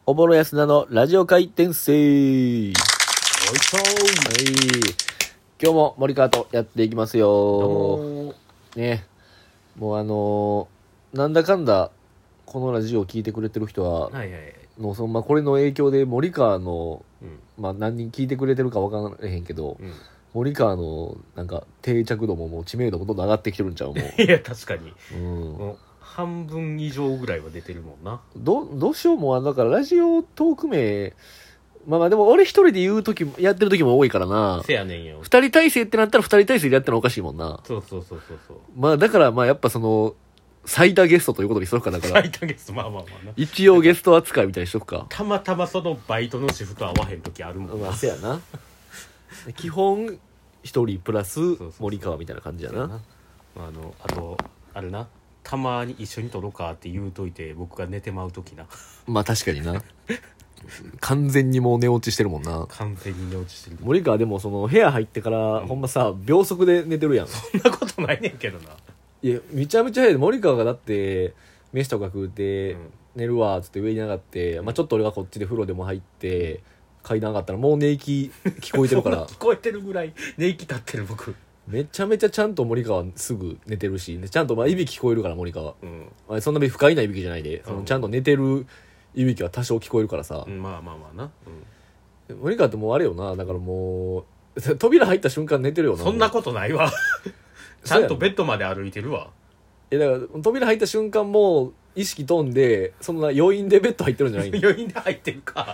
おぼろやすなのラジオ回転生。はい。今日も森川とやっていきますよ。ね。もうなんだかんだ、このラジオを聞いてくれてる人は、これの影響で森川の、何人聞いてくれてるか分からへんけど、森川のなんか定着度ももう知名度もどんどん上がってきてるんちゃうもう。 いや、確かに。もう半分以上ぐらいは出てるもんな。 どうしようもだからラジオトーク名、でも俺一人で言う時もやってる時も多いからな。 せやねんよ。 二人体制ってなったら二人体制でやったらおかしいもんな。 そう。 だからやっぱ最多ゲストということにしとくか。だから最多ゲスト、まあな。 一応ゲスト扱いみたいにしとくか。 たまたまそのバイトのシフト合わへん時あるもんな。 せやな。基本一人プラス森川みたいな感じやな。 あとあれな、たまに一緒に撮ろうかって言うといて僕が寝てまう時な。 確かにな。完全にもう寝落ちしてるもんな。 完全に寝落ちしてる。 森川でも部屋入ってから、ほんまさ秒速で寝てるやん。 そんなことないねんけどな。 いやめちゃめちゃ早いで。森川がだって飯とか食うて、寝るわっつって上に上がって、ちょっと俺がこっちで風呂でも入って階段上がったらもう寝息聞こえてるから聞こえてるぐらい寝息立ってる僕。 めちゃめちゃちゃんと森川すぐ寝てるし、ちゃんといびき聞こえるから森川、そんな不快ないびきじゃないで、ちゃんと寝てるいびきは多少聞こえるからさ、 まあな、 森川ってもうあれよな。だからもう扉入った瞬間寝てるよな。 そんなことないわ。ちゃんとベッドまで歩いてるわ。 だから扉入った瞬間もう意識飛んで、そんな余韻でベッド入ってるんじゃないの。 余韻で入ってるか。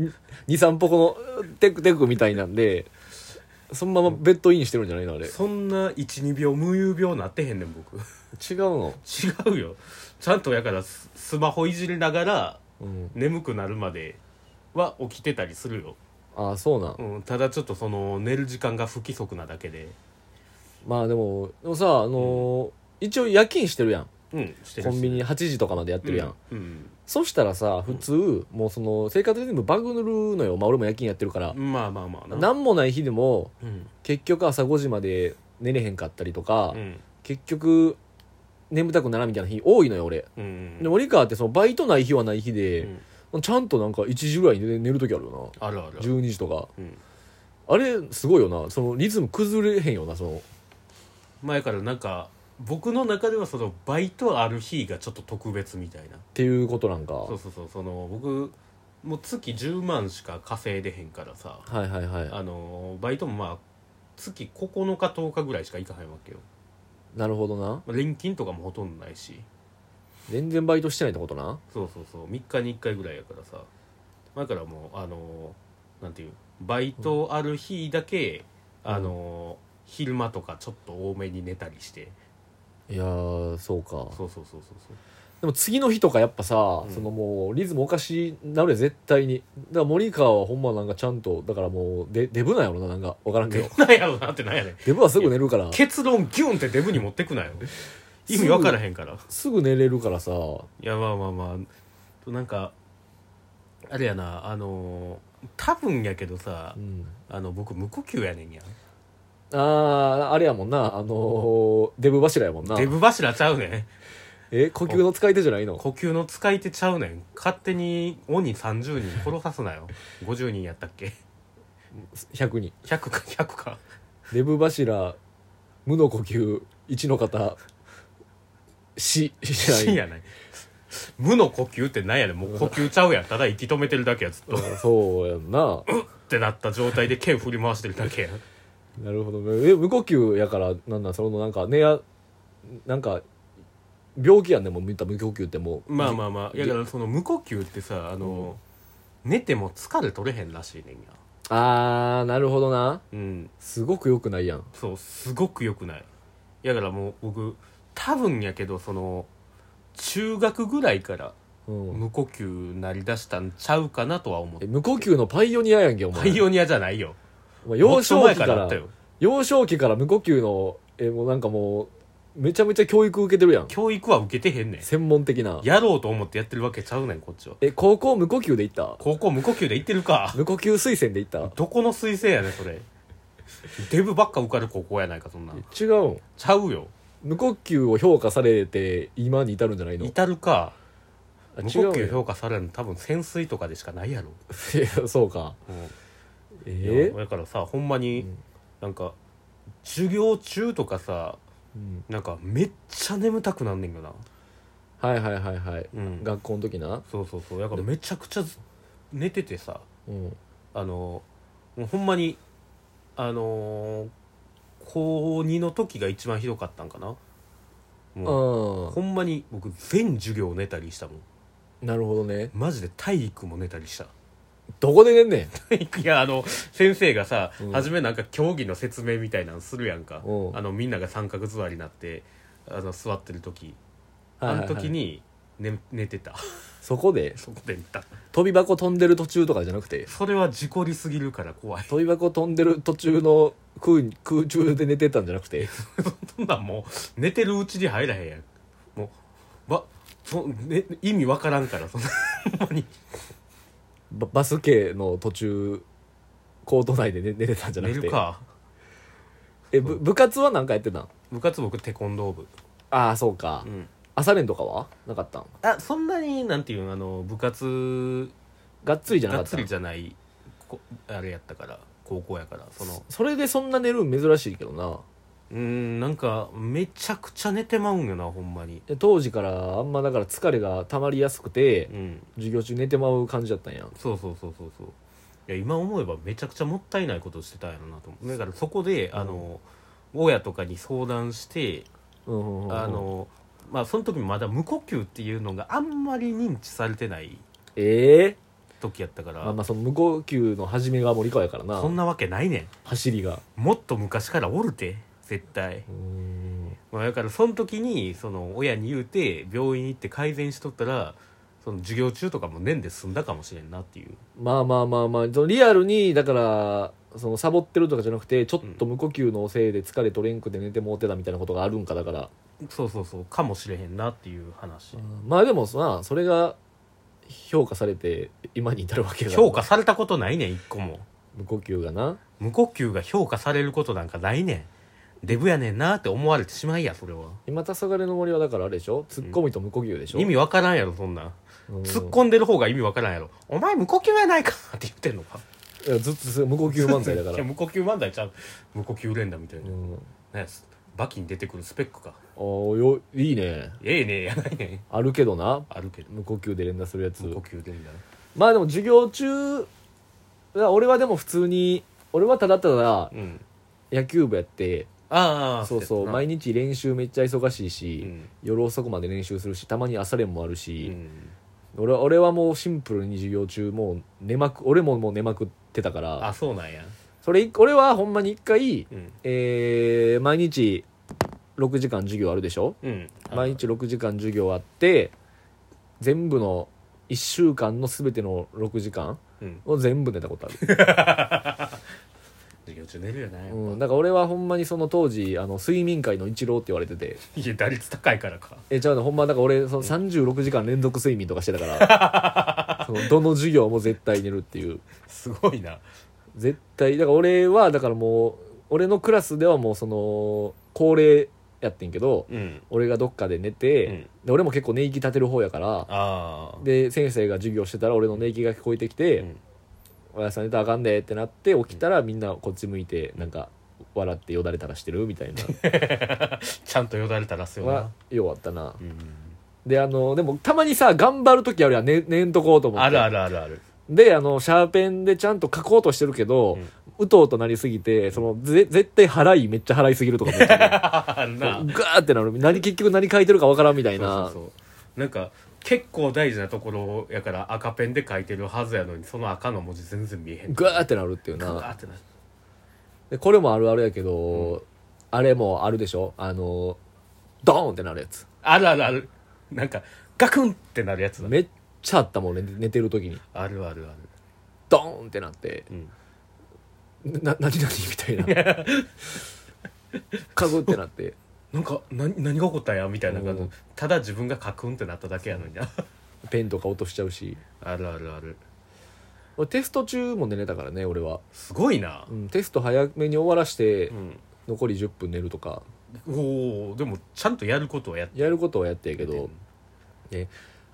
2,3歩このテクテクみたいなんでそのままベッドインしてるんじゃないのあれ。 そんな 1,2 秒無遊病なってへんねん僕。 違うの。 違うよ。ちゃんとやからスマホいじりながら、眠くなるまでは起きてたりするよ。 ああそうな、 ただちょっと寝る時間が不規則なだけで。 でもさ一応夜勤してるやん。 してるコンビニ8時とかまでやってるやん、そしたらさ普通、もう生活リズムバグるのよ。俺も夜勤やってるから、なんもない日でも、結局朝5時まで寝れへんかったりとか、結局眠たくならんみたいな日多いのよ俺、で森川ってバイトない日はない日で、ちゃんとなんか1時ぐらいに寝る時あるよな。 ある 12時とか、あれすごいよな。リズム崩れへんよな。 前からなんか僕の中ではバイトある日がちょっと特別みたいなっていうことなんか。 そう僕もう月10万しか稼いでへんからさ、バイトも月9日10日ぐらいしか行かへんわけよ。 なるほどな。 連勤とかもほとんどないし、 全然バイトしてないってことな。 そう3日に1回ぐらいやからさ。だからもうなんていう、バイトある日だけ、昼間とかちょっと多めに寝たりして。 いやーそうか。 そうでも次の日とかやっぱさ、もうリズムおかしなるよ絶対に。だから森川はほんまなんかちゃんと、だからもうデブなんやろな。なんか分からんけどなんやろなってなんやねん。 デブはすぐ寝るから。 結論ギュンってデブに持ってくなよ。意味分からへんから。 すぐ寝れるからさ。 いやなんかあれやな、多分やけどさ、僕無呼吸やねんや。 あれやもんな。デブ柱やもんな。 デブ柱ちゃうねん。 呼吸の使い手じゃないの。 呼吸の使い手ちゃうねん。勝手に鬼30人殺さすなよ。50人やったっけ。 100人。 100か。 デブ柱無の呼吸1の方死やない。無の呼吸ってなんやねん。もう呼吸ちゃうやん。ただ息止めてるだけやずっと。 そうやんな。 ってなった状態で剣振り回してるだけやん。 なるほどね。無呼吸やからなんかなんか病気やんね。もう無呼吸ってもうやから無呼吸ってさ、寝ても疲れ取れへんらしいねんや。 なるほどな。すごく良くないやん。 そうすごく良くない。やからもう僕多分やけど中学ぐらいから無呼吸なりだしたんちゃうかなとは思って。 無呼吸のパイオニアやんけお前。 パイオニアじゃないよ。 幼少期から無呼吸のもうなんかもうめちゃめちゃ教育受けてるやん。 教育は受けてへんねん。 専門的な。 やろうと思ってやってるわけちゃうねんこっちは。 高校無呼吸で行った。 高校無呼吸で行ってるか。 無呼吸推薦で行った。 どこの推薦やねんそれ。デブばっか受かる高校やないかそんな。 違うんちゃうよ。 無呼吸を評価されて今に至るんじゃないの。 至るか。 無呼吸評価されるの多分潜水とかでしかないやろそうか、 だからさほんまに、なんか授業中とかさ、なんかめっちゃ眠たくなんねんよな。 はいはいはいはい、学校の時な。 そうだからめちゃくちゃ寝ててさ、もうほんまに高2の時が一番ひどかったんかな。もうほんまに僕全授業寝たりしたもん。 なるほどね。 マジで体育も寝たりした。 どこで寝んねんいや先生がさ、初めなんか競技の説明みたいなのするやんか。みんなが三角座りになって座ってる時、あの時に寝てた。 そこで寝た。 飛び箱飛んでる途中とかじゃなくて、 それは事故りすぎるから怖い。 飛び箱飛んでる途中の空中で寝てたんじゃなくてそんなんもう寝てるうちに入らへんやん。もう意味わからんからそんなほんまにバスケの途中コート内で寝てたんじゃなくて。 寝るか。 部活は何かやってたん？ 部活僕テコンドー部。 ああそうか、朝練とかはなかったん？ そんなになんていう部活がっつりじゃなかった。 がっつりじゃないあれやったから、高校やから。 それでそんな寝るん珍しいけどな。 なんかめちゃくちゃ寝てまうんよなほんまに。 当時からあんまだから疲れが溜まりやすくて、授業中寝てまう感じだったんや。 そういや今思えばめちゃくちゃもったいないことしてたんやろなと思う。だからそこで親とかに相談して、まあその時もまだ無呼吸っていうのがあんまり認知されてない時やったから、 まあその無呼吸の始めが森川やからな。 そんなわけないねん。 走りがもっと昔からおるて絶対。だからその時に親に言うて病院行って改善しとったら、その授業中とかも寝んで済んだかもしれんなっていう。 まあリアルにだからサボってるとかじゃなくて、ちょっと無呼吸のせいで疲れとれんくで寝てもうてたみたいなことがあるんか。だからそうかもしれへんなっていう話。 まあでもそれが評価されて今に至るわけだから。 評価されたことないねん一個も。 無呼吸がな。 無呼吸が評価されることなんかないねん。デブやねんなって思われてしまいや。それは今黄昏の森はだからあれでしょ、ツッコミと無呼吸でしょ、 意味わからんやろそんなん。突っ込んでる方が意味わからんやろ。お前無呼吸やないかって言ってんのか。 いやずっと無呼吸漫才だからいや無呼吸漫才ちゃう、無呼吸連打みたいな、ね、バキに出てくるスペックか。 いいね。 やないねん。 あるけどな。 あるけど無呼吸で連打するやつ。 無呼吸連打。 まあでも授業中俺はでも普通に俺はただただ野球部やって、そう毎日練習めっちゃ忙しいし、夜遅くまで練習するし、たまに朝練もあるし、俺はもうシンプルに授業中もう俺ももう寝まくってたから。 そうなんや。 俺はほんまに一回、毎日6時間授業あるでしょ、毎日6時間授業あって、全部の1週間の全ての6時間を全部寝たことある。 授業中寝るよね。 だから俺はほんまにその当時睡眠界のイチローって言われてて。 いや打率高いからか。 ちゃうのほんま。だから俺その36時間連続睡眠とかしてたからどの授業も絶対寝るっていう。 すごいな。 絶対だから俺はだからもう俺のクラスではもうその恒例やってんけど、俺がどっかで寝て、で俺も結構寝息立てる方やから、で先生が授業してたら俺の寝息が聞こえてきて、おやさん寝たらあかんでってなって起きたらみんなこっち向いてなんか笑ってよだれ垂らしてるみたいなちゃんとよだれ垂らすよな。 よかったな。ででもたまにさ頑張る時あるやん、寝んとこうと思って。 あるでシャーペンでちゃんと書こうとしてるけど、うとうとなりすぎて絶対めっちゃ払いすぎるとかめっちゃガーってなる。結局何書いてるかわからんみたいな。 なんか結構大事なところやから赤ペンで書いてるはずやのに、その赤の文字全然見えへん。 ガーってなるっていうな。 ガーってなる。 でこれもあるあるやけど、あれもあるでしょ、ドーンってなるやつ。 ある。なんかガクンってなるやつだ。 めっちゃあったもんね、寝てる時に。 ある。 ドーンってなって、何みたいなカクってなってなんか何が起こったんやみたいな感じ。ただ自分がカクンってなっただけやのにな。 ペンとか落としちゃうし。 ある。 俺テスト中も寝れたからね俺は。 すごいな。 テスト早めに終わらして、残り10分寝るとか。 でもちゃんとやることはやってやることはやってやけど、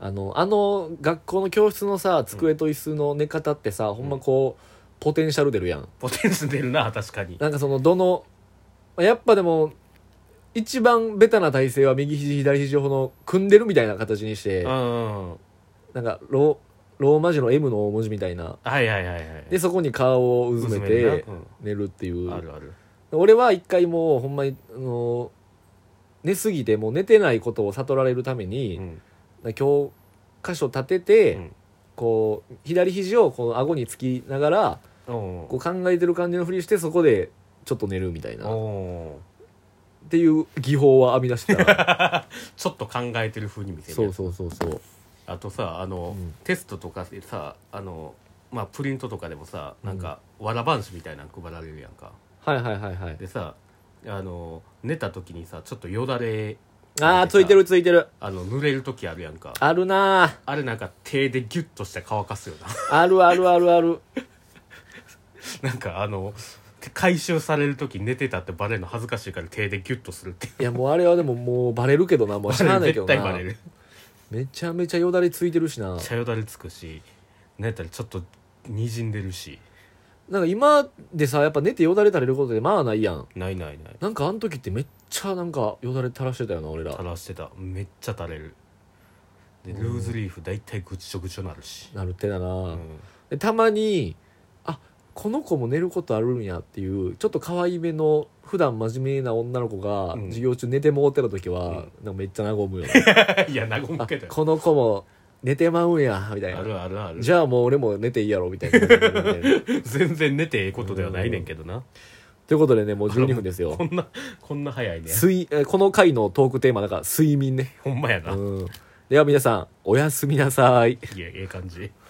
あの学校の教室のさ机と椅子の寝方ってさ、ほんまこうポテンシャル出るやん。 ポテンシャル出るな、確かに。 なんかそのやっぱでも一番ベタな体勢は右肘左肘をの組んでるみたいな形にして、なんかローマ字の M の大文字みたいな、 はいはいはいはい、 でそこに顔をうずめて寝るっていう、 あるある。 俺は一回もうほんまに寝すぎてもう寝てないことを悟られるために、教科書立てて、こう左肘をこの顎につきながらこう考えてる感じのふりしてそこでちょっと寝るみたいなっていう技法は編み出してたちょっと考えてる風に見せる。 そうそうそうそう。 あとさテストとかでさまあプリントとかでもさなんかわらばんしみたいなの配られるやんか。 はいはいはいはい。 でさ寝た時にさちょっとよだれついてるついてる。 濡れる時あるやんか。 あるな。 あれなんか手でギュッとして乾かすよな。 あるあるあるある。 なんか回収される時寝てたってバレるの恥ずかしいから手でギュッとするっていう。 いやもうあれはでももうバレるけどな、もう知らないけどな。 絶対バレる。 めちゃめちゃよだれついてるしな。 めちゃよだれつくし、寝たらちょっとにじんでるし。 なんか今でさやっぱ寝てよだれ垂れることでまあないやん。 ないないない。 なんかあの時ってめっちゃなんかよだれ垂らしてたよな俺ら。 垂らしてた。めっちゃ垂れる。でルーズリーフ大体ぐちょぐちょなるし。 なるってだな、でたまにこの子も寝ることあるんやっていうちょっと可愛めの普段真面目な女の子が授業中寝てもうてた時は、なんかめっちゃ和むよ、 いや和むけどこの子も寝てまうんやみたいな。 あるあるある。 じゃあもう俺も寝ていいやろみたいな全然寝てええことではないねんけどな。 ということでねもう12分ですよ。 こんな早いね。 この回のトークテーマだから睡眠ね。 ほんまやな、 では皆さんおやすみなさい。 いやええ感じ。